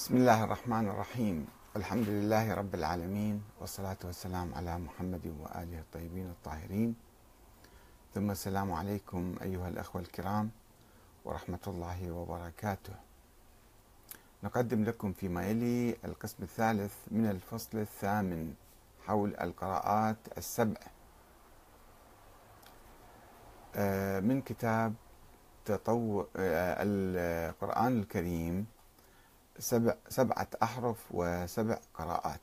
بسم الله الرحمن الرحيم. الحمد لله رب العالمين، والصلاة والسلام على محمد وآله الطيبين الطاهرين، ثم السلام عليكم أيها الأخوة الكرام ورحمة الله وبركاته. نقدم لكم فيما يلي القسم الثالث من الفصل الثامن حول القراءات السبع من كتاب القرآن الكريم، سبعة أحرف وسبع قراءات.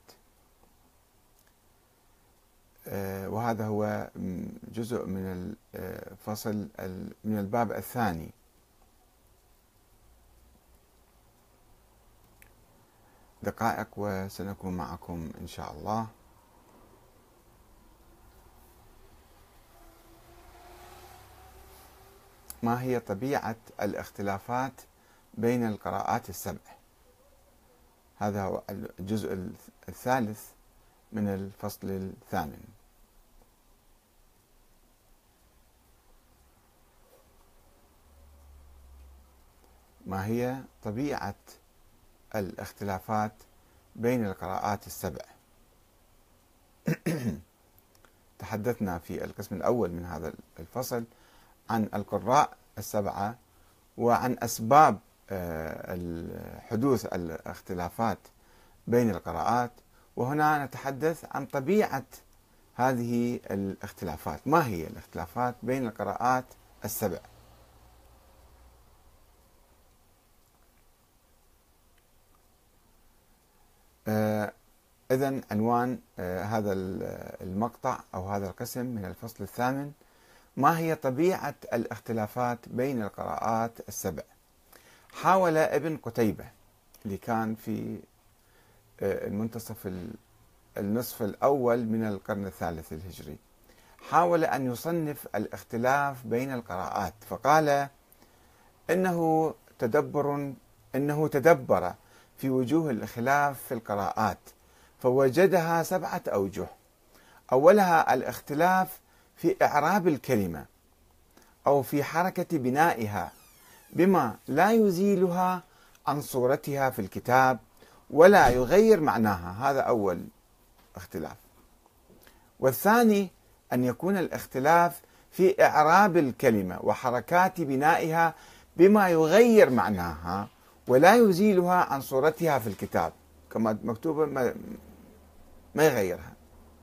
وهذا هو جزء من الفصل من الباب الثاني. دقائق وسنكون معكم إن شاء الله. ما هي طبيعة الاختلافات بين القراءات السبع؟ هذا هو الجزء الثالث من الفصل الثامن. ما هي طبيعة الاختلافات بين القراءات السبع؟ تحدثنا في القسم الأول من هذا الفصل عن القراء السبعة وعن أسباب حدوث الاختلافات بين القراءات، وهنا نتحدث عن طبيعة هذه الاختلافات. ما هي الاختلافات بين القراءات السبع؟ إذن عنوان هذا المقطع أو هذا القسم من الفصل الثامن: ما هي طبيعة الاختلافات بين القراءات السبع؟ حاول ابن قتيبة، اللي كان في المنتصف النصف الأول من القرن الثالث الهجري، حاول أن يصنف الاختلاف بين القراءات، فقال إنه تدبر في وجوه الخلاف في القراءات فوجدها 7 أوجه. أولها الاختلاف في إعراب الكلمة أو في حركة بنائها بما لا يزيلها عن صورتها في الكتاب ولا يغير معناها. هذا أول اختلاف. والثاني أن يكون الاختلاف في إعراب الكلمة وحركات بنائها بما يغير معناها ولا يزيلها عن صورتها في الكتاب، كما مكتوبة ما يغيرها.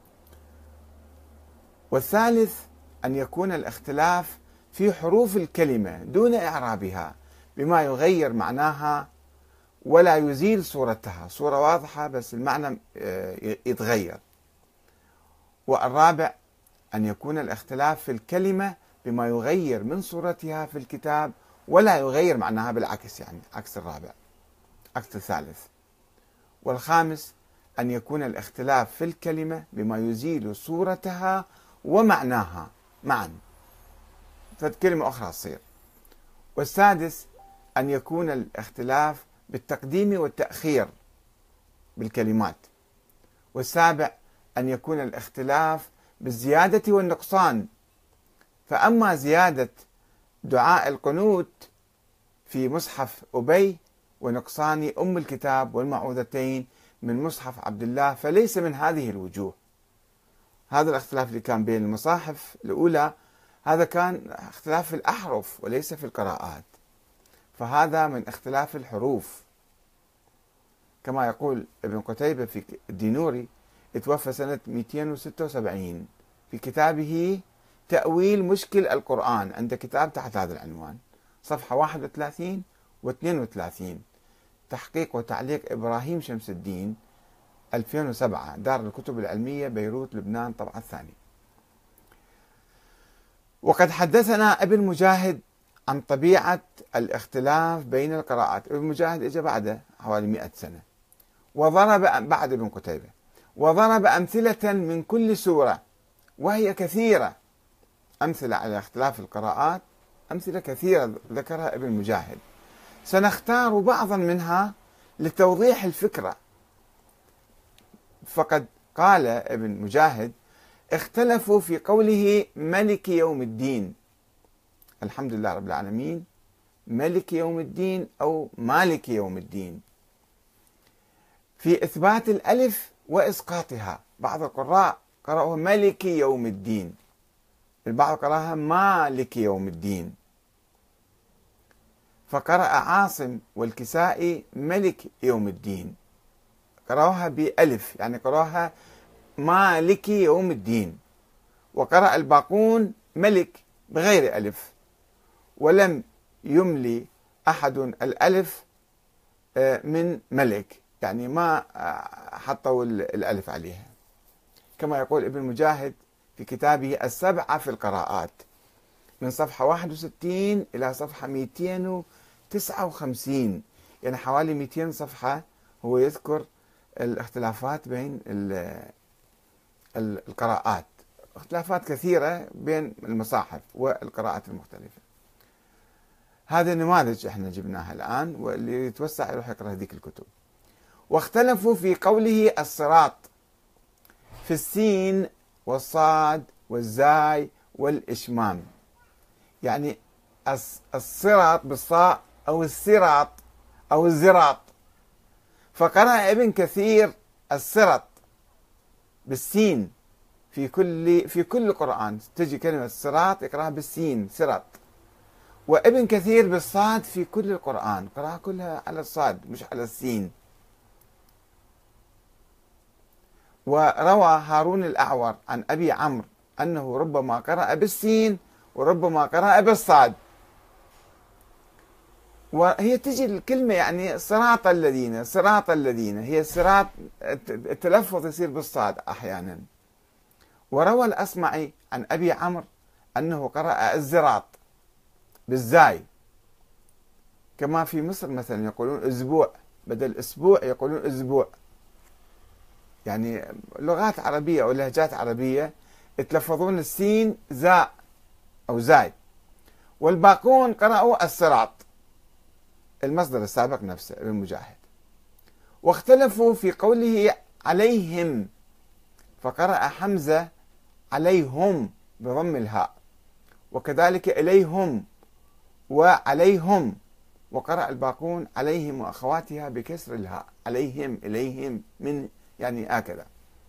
والثالث أن يكون الاختلاف في حروف الكلمة دون إعرابها بما يغير معناها ولا يزيل صورتها، صورة واضحة بس المعنى يتغير. والرابع أن يكون الاختلاف في الكلمة بما يغير من صورتها في الكتاب ولا يغير معناها، بالعكس، يعني عكس الرابع، عكس الثالث. والخامس أن يكون الاختلاف في الكلمة بما يزيل صورتها ومعناها معا، فكلمة أخرى تصير. والسادس أن يكون الاختلاف بالتقديم والتأخير بالكلمات. والسابع أن يكون الاختلاف بالزيادة والنقصان، فأما زيادة دعاء القنوت في مصحف أبي ونقصان أم الكتاب والمعوذتين من مصحف عبد الله فليس من هذه الوجوه. هذا الاختلاف اللي كان بين المصاحف الأولى هذا كان اختلاف في الأحرف وليس في القراءات، فهذا من اختلاف الحروف. كما يقول ابن قتيبة في الدينوري، اتوفى سنة 276، في كتابه تأويل مشكل القرآن، عند كتاب تحت هذا العنوان، صفحة 31 و32، تحقيق وتعليق إبراهيم شمس الدين، 2007، دار الكتب العلمية، بيروت، لبنان، طبعة الثانية. وقد حدثنا ابن مجاهد عن طبيعة الاختلاف بين القراءات. ابن مجاهد اجى بعده حوالي 100 سنة، وضرب بعد ابن قتيبة، وضرب أمثلة من كل سورة، وهي كثيرة. أمثلة على اختلاف القراءات، أمثلة كثيرة ذكرها ابن مجاهد، سنختار بعضا منها لتوضيح الفكرة. فقد قال ابن مجاهد: اختلفوا في قوله ملك يوم الدين، الحمد لله رب العالمين، ملك يوم الدين أو مالك يوم الدين. في إثبات الألف وإسقاطها. بعض القراء قرأوها ملك يوم الدين، البعض قرأها مالك يوم الدين، فقرأ عاصم والكسائي ملك يوم الدين، قرأوها بألف يعني قرأوها مالك يوم الدين. وقرأ الباقون ملك بغير ألف، ولم يملي أحد الألف من ملك، يعني ما حطوا الألف عليها، كما يقول ابن مجاهد في كتابه السبعة في القراءات من صفحة 61 إلى صفحة 259، يعني حوالي 200 صفحة هو يذكر الاختلافات بين القراءات، اختلافات كثيرة بين المصاحف والقراءات المختلفة. هذه النماذج احنا جبناها الآن، واللي يتوسع يروح يقرأ هذيك الكتب. واختلفوا في قوله الصراط في السين والصاد والزاي والإشمام، يعني الصراط بالصاء أو الصراط أو الزراط، فقرأ ابن كثير الصراط بالسين في كل القرآن تجي كلمة الصراط يقرأها بالسين صراط، وابن كثير بالصاد في كل القرآن قرأها كلها على الصاد مش على السين. وروى هارون الأعور عن أبي عمرو أنه ربما قرأ بالسين وربما قرأ بالصاد، وهي تجي الكلمة يعني صراط الذين، صراط الذين، هي الصراط التلفظ يصير بالصاد أحيانا. وروى الأصمعي عن أبي عمرو أنه قرأ الزراط بالزاي، كما في مصر مثلا يقولون أسبوع بدل أسبوع يقولون أسبوع، يعني لغات عربية أو لهجات عربية يتلفظون السين زاء أو زاي. والباقون قرأوا الصراط، المصدر السابق نفسه ابن مجاهد. واختلفوا في قوله عليهم، فقرأ حمزة عليهم بضم الهاء، وكذلك إليهم وعليهم، وقرأ الباقون عليهم وأخواتها بكسر الهاء، عليهم إليهم من يعني هكذا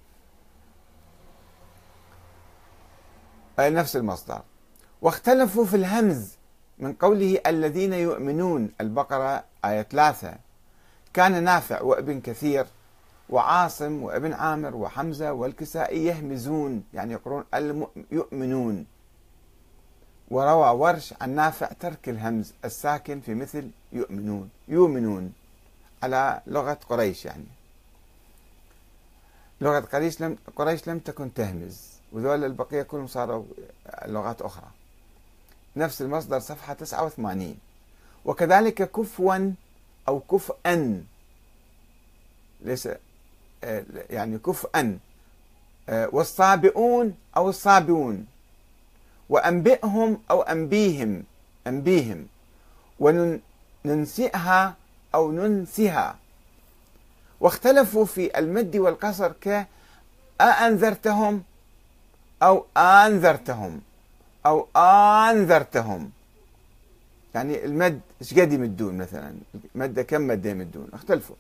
نفس المصدر. واختلفوا في الهمز من قوله الذين يؤمنون، البقرة آية 3، كان نافع وابن كثير وعاصم وابن عامر وحمزة والكسائي يهمزون يعني يقرون يؤمنون. وروى ورش عن نافع ترك الهمز الساكن في مثل يؤمنون، يؤمنون على لغة قريش، يعني لغة قريش لم تكن تهمز، وذول البقية كلهم صاروا لغات أخرى. نفس المصدر صفحة 89. وكذلك كفوا أو كفءا، ليس يعني كفءا، والصابئون أو الصابئون، وأنبئهم أو أنبيهم، أنبيهم، وننسئها أو ننسها. واختلفوا في المد والقصر كأنذرتهم أو أنذرتهم أو أنذرتهم، يعني المد ايش قد يمدون، مثلا مدة كم مدة يمدون، اختلفوا.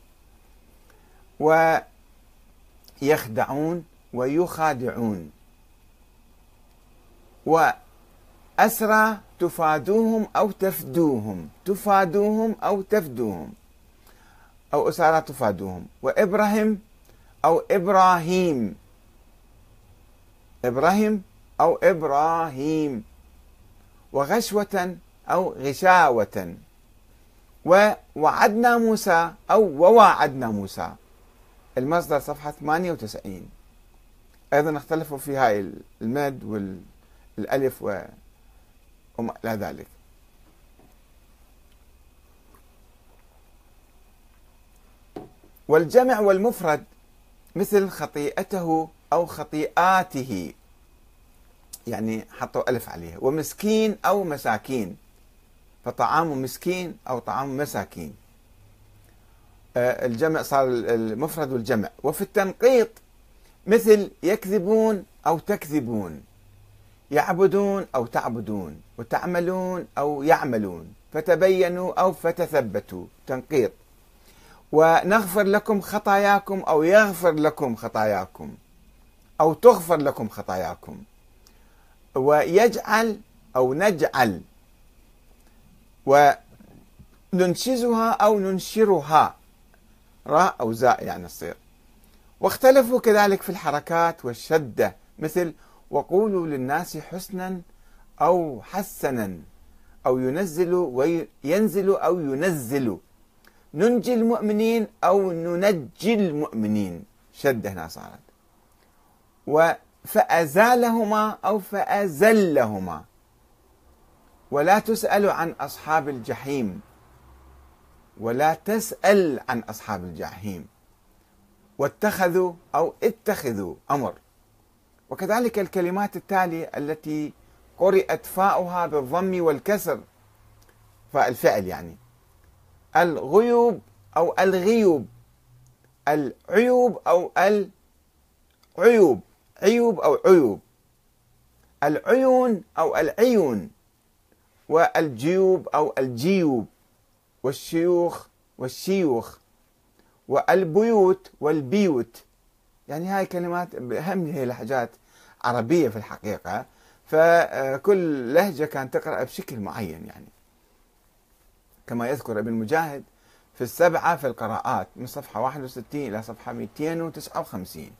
ويخدعون ويخادعون. وأسرى تفادوهم أو تفدوهم، تفادوهم أو تفدوهم، أو أسارى تفادوهم. وإبراهيم أو إبراهيم، إبراهيم أو إبراهيم. وغشوة أو غشاوة. ووعدنا موسى أو وواعدنا موسى، المصدر صفحة 98. أيضا اختلفوا في هاي المد والألف وما إلى ذلك. والجمع والمفرد مثل خطيئته أو خطيئاته، يعني حطوا ألف عليها. ومسكين أو مساكين، فطعام مسكين أو طعام مساكين. الجمع صار المفرد والجمع. وفي التنقيط مثل يكذبون أو تكذبون، يعبدون أو تعبدون، وتعملون أو يعملون، فتبينوا أو فتثبتوا، تنقيط. ونغفر لكم خطاياكم أو يغفر لكم خطاياكم أو تغفر لكم خطاياكم، ويجعل أو نجعل، وننشزها أو ننشرها، راء أو زاء يعني تصير. واختلفوا كذلك في الحركات والشدة، مثل وقولوا للناس حسنا أو حسنا، أو ينزل وينزل أو ينزل، ننجي المؤمنين أو ننجي المؤمنين، شدة هنا صارت. فأزالهما أو فأزلهما. ولا تسأل عن أصحاب الجحيم، ولا تسأل عن أصحاب الجحيم. واتخذوا أو اتخذوا أمر. وكذلك الكلمات التالية التي قرئت فاؤها بالضم والكسر، فاء الفعل يعني: الغيوب أو الغيوب، العيوب أو العيوب، عيوب أو عيوب، العيون أو العيون، والجيوب أو الجيوب، والشيوخ والشيوخ، والبيوت والبيوت. يعني هاي كلمات هم هي لهجات عربية في الحقيقة، فكل لهجة كانت تقرأ بشكل معين، يعني كما يذكر ابن مجاهد في السبعة في القراءات من صفحة 61 إلى صفحة 259.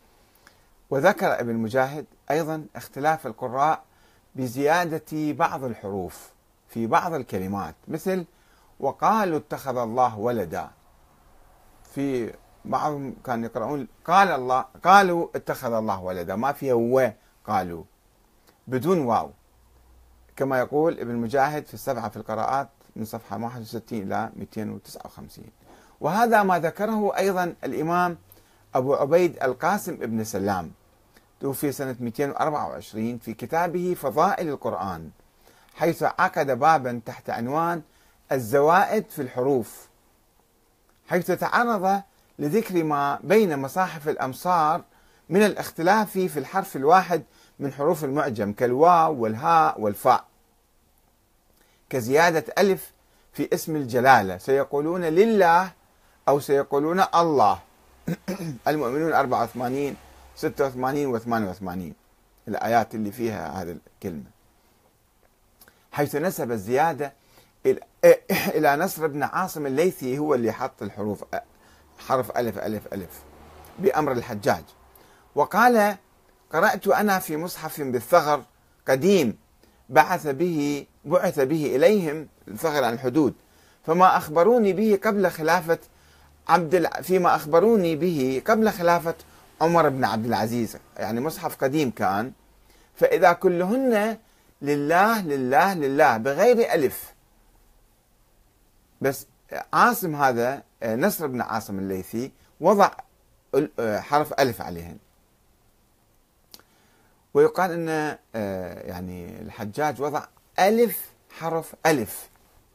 وذكر ابن مجاهد أيضا اختلاف القراء بزيادة بعض الحروف في بعض الكلمات، مثل وقالوا اتخذ الله ولدا، في بعضهم كانوا يقرؤون قال الله، قالوا اتخذ الله ولدا، ما فيها وقالوا بدون واو، كما يقول ابن مجاهد في السبعة في القراءات من صفحة 61 إلى 259. وهذا ما ذكره أيضا الإمام أبو عبيد القاسم ابن سلام، توفي سنة 224، في كتابه فضائل القرآن، حيث عقد بابا تحت عنوان الزوائد في الحروف، حيث تعرض لذكر ما بين مصاحف الأمصار من الاختلاف في الحرف الواحد من حروف المعجم كالواو والهاء والفاء، كزيادة ألف في اسم الجلالة، سيقولون لله أو سيقولون الله. المؤمنون 84 86 و 88 الآيات اللي فيها هذه الكلمة، حيث نسب الزيادة إلى نصر بن عاصم الليثي، هو اللي حط الحروف حرف ألف ألف ألف بأمر الحجاج. وقال قرأت أنا في مصحف بالثغر قديم بعث به إليهم، الثغر عن الحدود، فيما أخبروني به قبل خلافة عمر بن عبد العزيز، يعني مصحف قديم كان، فإذا كلهن لله لله لله بغير ألف، بس عاصم هذا نصر بن عاصم الليثي وضع حرف ألف عليهن. ويقال أن يعني الحجاج وضع ألف حرف ألف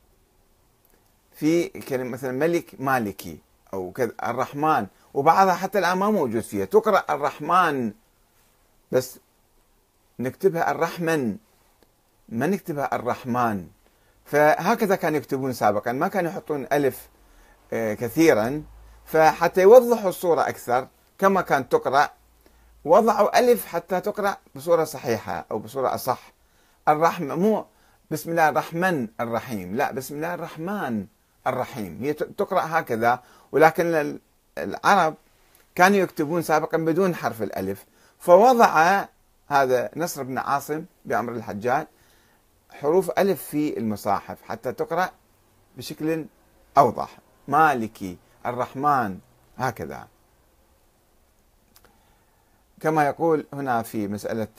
في كلمة مثلا ملك مالكي أو كذا، الرحمن، وبعضها حتى الآن ما موجود فيها، تقرأ الرحمن بس نكتبها الرحمن، ما نكتبها الرحمن. فهكذا كانوا يكتبون سابقا، ما كانوا يحطون ألف كثيرا، فحتى يوضحوا الصورة أكثر كما كانت تقرأ وضعوا ألف حتى تقرأ بصورة صحيحة أو بصورة أصح. مو بسم الله الرحمن الرحيم، لا، بسم الله الرحمن الرحيم، هي تقرأ هكذا. ولكن العرب كانوا يكتبون سابقا بدون حرف الألف، فوضع هذا نصر بن عاصم بأمر الحجاج حروف ألف في المصاحف حتى تقرأ بشكل أوضح، مالكي الرحمن هكذا. كما يقول هنا في مسألة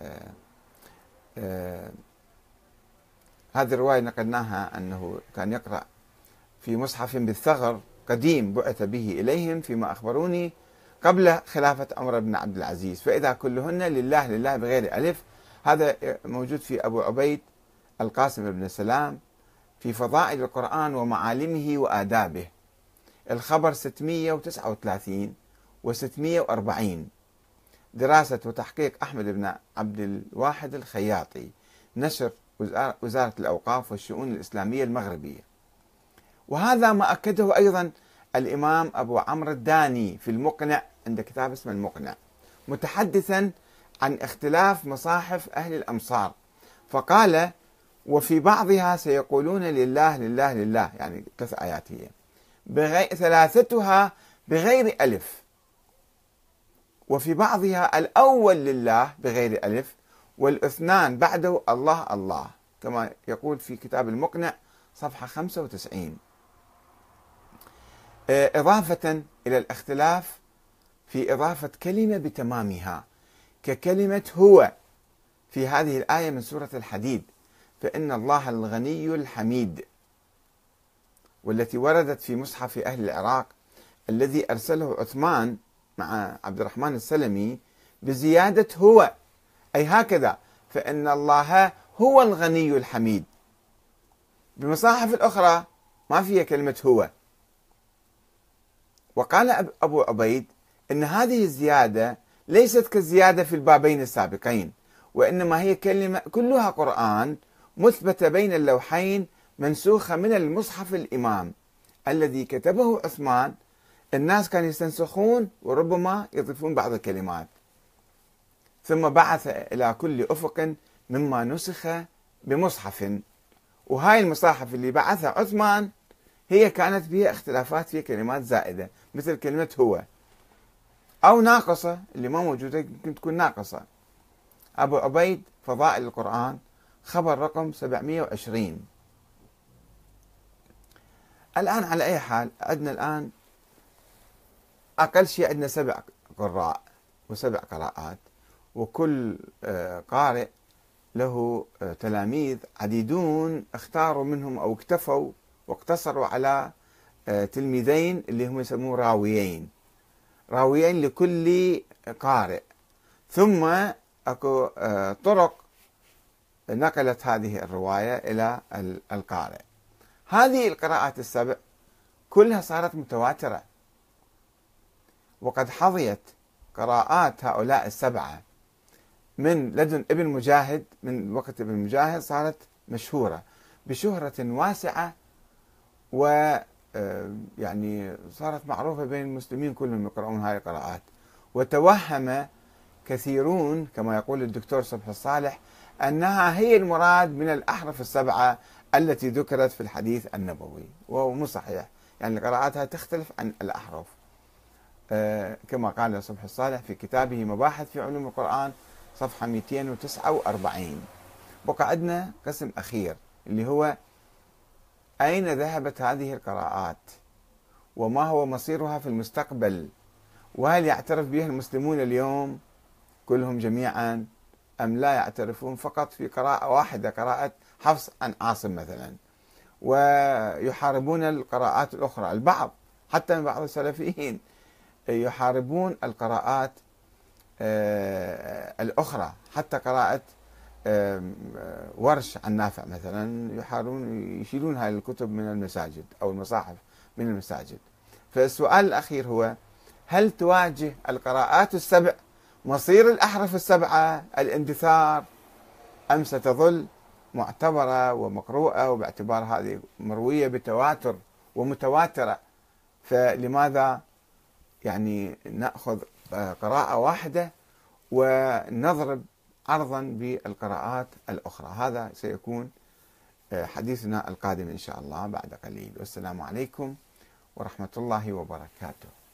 هذه الرواية نقلناها أنه كان يقرأ في مصحف بالثغر قديم بعث به إليهم فيما أخبروني قبل خلافة عمر بن عبد العزيز، فإذا كلهن لله لله بغير ألف. هذا موجود في أبو عبيد القاسم بن سلام في فضائل القرآن ومعالمه وآدابه، الخبر 639 و640، دراسة وتحقيق أحمد بن عبد الواحد الخياطي، نشر وزارة الأوقاف والشؤون الإسلامية المغربية. وهذا ما أكده أيضا الإمام أبو عمرو الداني في المقنع، عند كتاب اسمه المقنع، متحدثا عن اختلاف مصاحف أهل الأمصار، فقال: وفي بعضها سيقولون لله لله لله، يعني 3 آيات هي، ثلاثتها بغير ألف، وفي بعضها الأول لله بغير ألف، والاثنان بعده الله الله، كما يقول في كتاب المقنع صفحة 95. إضافة إلى الاختلاف في إضافة كلمة بتمامها ككلمة هو في هذه الآية من سورة الحديد، فإن الله الغني الحميد، والتي وردت في مصحف أهل العراق الذي أرسله عثمان مع عبد الرحمن السلمي بزيادة هو، أي هكذا: فإن الله هو الغني الحميد. بمصاحف الأخرى ما فيها كلمة هو. وقال أبو عبيد إن هذه الزيادة ليست كالزيادة في البابين السابقين، وإنما هي كلمة كلها قرآن مثبتة بين اللوحين، منسوخة من المصحف الإمام الذي كتبه عثمان. الناس كانوا يستنسخون وربما يضيفون بعض الكلمات، ثم بعث إلى كل أفق مما نسخ بمصحف. وهاي المصاحف اللي بعثها عثمان هي كانت فيها اختلافات، فيها كلمات زائدة مثل كلمة هو، أو ناقصة اللي ما موجودة يمكن تكون ناقصة. أبو عبيد فضائل القرآن، خبر رقم 720. الآن على أي حال عندنا الآن أقل شيء عندنا 7 قراء و7 قراءات، وكل قارئ له تلاميذ عديدون اختاروا منهم أو اكتفوا واقتصروا على تلميذين اللي هم يسموه راويين لكل قارئ. ثم اكو طرق نقلت هذه الرواية إلى القارئ. هذه القراءات ال7 كلها صارت متواترة، وقد حظيت قراءات هؤلاء ال7 من لدن ابن مجاهد، من وقت ابن مجاهد صارت مشهورة بشهرة واسعة، و يعني صارت معروفة بين المسلمين كلهم يقرؤون هذه القراءات. وتوهم كثيرون كما يقول الدكتور صبحي الصالح أنها هي المراد من الأحرف ال7 التي ذكرت في الحديث النبوي، وهو مو صحيح، يعني قراءاتها تختلف عن الأحرف. كما قال صبحي الصالح في كتابه مباحث في علوم القرآن صفحة 249. بقى عندنا قسم أخير اللي هو: أين ذهبت هذه القراءات؟ وما هو مصيرها في المستقبل؟ وهل يعترف بها المسلمون اليوم كلهم جميعا، أم لا يعترفون فقط في قراءة واحدة، قراءة حفص عن عاصم مثلا، ويحاربون القراءات الأخرى؟ البعض حتى من بعض السلفيين يحاربون القراءات الأخرى، حتى قراءة ورش عن نافع مثلا يحاولون يشيلون هذه الكتب من المساجد أو المصاحف من المساجد. فالسؤال الأخير هو: هل تواجه القراءات ال7 مصير الأحرف ال7 الاندثار، أم ستظل معتبرة ومقروءة، وباعتبار هذه مروية بتواتر ومتواترة، فلماذا يعني نأخذ قراءة واحدة ونضرب عرضا بالقراءات الأخرى؟ هذا سيكون حديثنا القادم إن شاء الله بعد قليل. والسلام عليكم ورحمة الله وبركاته.